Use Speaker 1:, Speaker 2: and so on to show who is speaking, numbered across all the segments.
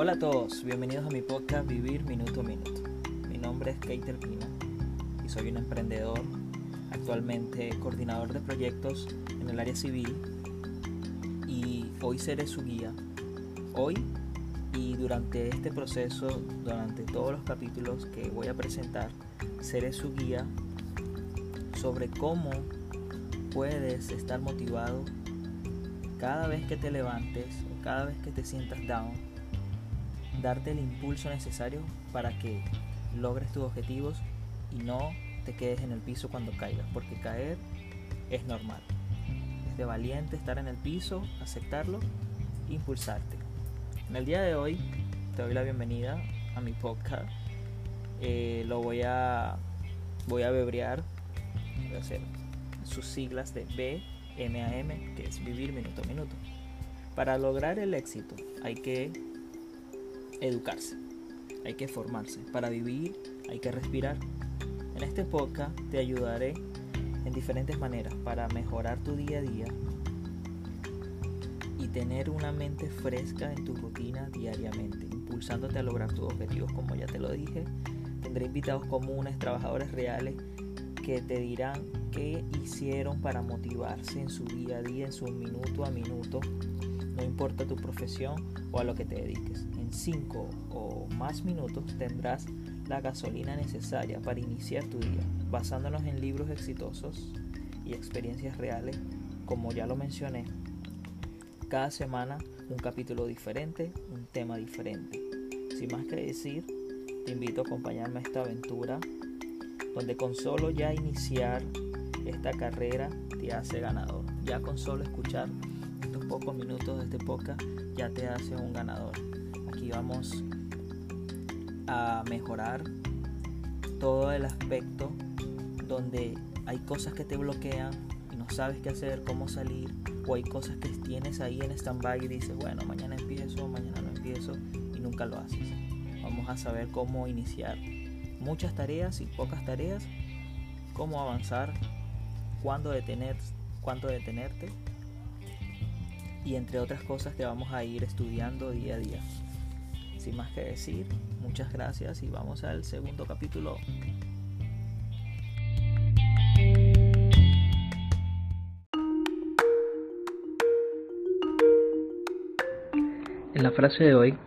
Speaker 1: Hola a todos, bienvenidos a mi podcast Vivir Minuto a Minuto. Mi nombre es Keiter Pina y soy un emprendedor, actualmente coordinador de proyectos en el área civil, y hoy seré su guía. Hoy y durante este proceso, durante todos los capítulos que voy a presentar, seré su guía sobre cómo puedes estar motivado cada vez que te levantes o cada vez que te sientas down, darte el impulso necesario para que logres tus objetivos y no te quedes en el piso cuando caigas, porque caer es normal. Es de valiente estar en el piso, aceptarlo e impulsarte. En el día de hoy te doy la bienvenida a mi podcast. Voy a abreviar, voy a hacer sus siglas de BMAM, que es Vivir Minuto a Minuto. Para lograr el éxito hay que educarse, hay que formarse. Para vivir hay que respirar. En este podcast te ayudaré en diferentes maneras para mejorar tu día a día y tener una mente fresca en tu rutina diariamente, impulsándote a lograr tus objetivos. Como ya te lo dije, tendré invitados comunes, trabajadores reales, que te dirán qué hicieron para motivarse en su día a día, en su minuto a minuto. No importa tu profesión o a lo que te dediques. En 5 o más minutos tendrás la gasolina necesaria para iniciar tu día, basándonos en libros exitosos y experiencias reales. Como ya lo mencioné, cada semana un capítulo diferente, un tema diferente. Sin más que decir, te invito a acompañarme a esta aventura, donde con solo ya iniciar esta carrera te hace ganador. Ya con solo escuchar estos pocos minutos de este podcast ya te hace un ganador. Aquí vamos a mejorar todo el aspecto donde hay cosas que te bloquean y no sabes qué hacer, cómo salir, o hay cosas que tienes ahí en stand-by y dices, bueno, mañana empiezo, mañana no empiezo, y nunca lo haces. Vamos a saber cómo iniciar muchas tareas y pocas tareas, cómo avanzar, cuándo detenerte, y entre otras cosas que vamos a ir estudiando día a día. Sin más que decir, muchas gracias y vamos al segundo capítulo. En la frase de hoy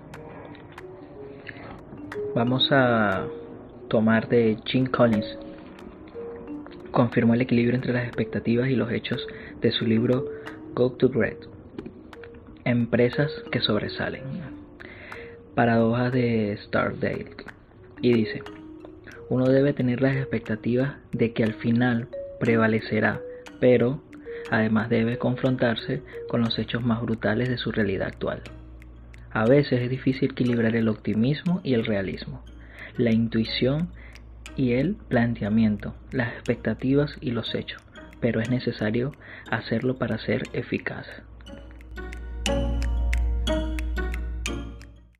Speaker 1: vamos a tomar de Jim Collins. Confirmó el equilibrio entre las expectativas y los hechos de su libro Go to Great. Empresas que sobresalen. Paradoja de Stardale. Y dice: uno debe tener las expectativas de que al final prevalecerá, pero además debe confrontarse con los hechos más brutales de su realidad actual. A veces es difícil equilibrar el optimismo y el realismo, la intuición y el planteamiento, las expectativas y los hechos, pero es necesario hacerlo para ser eficaz.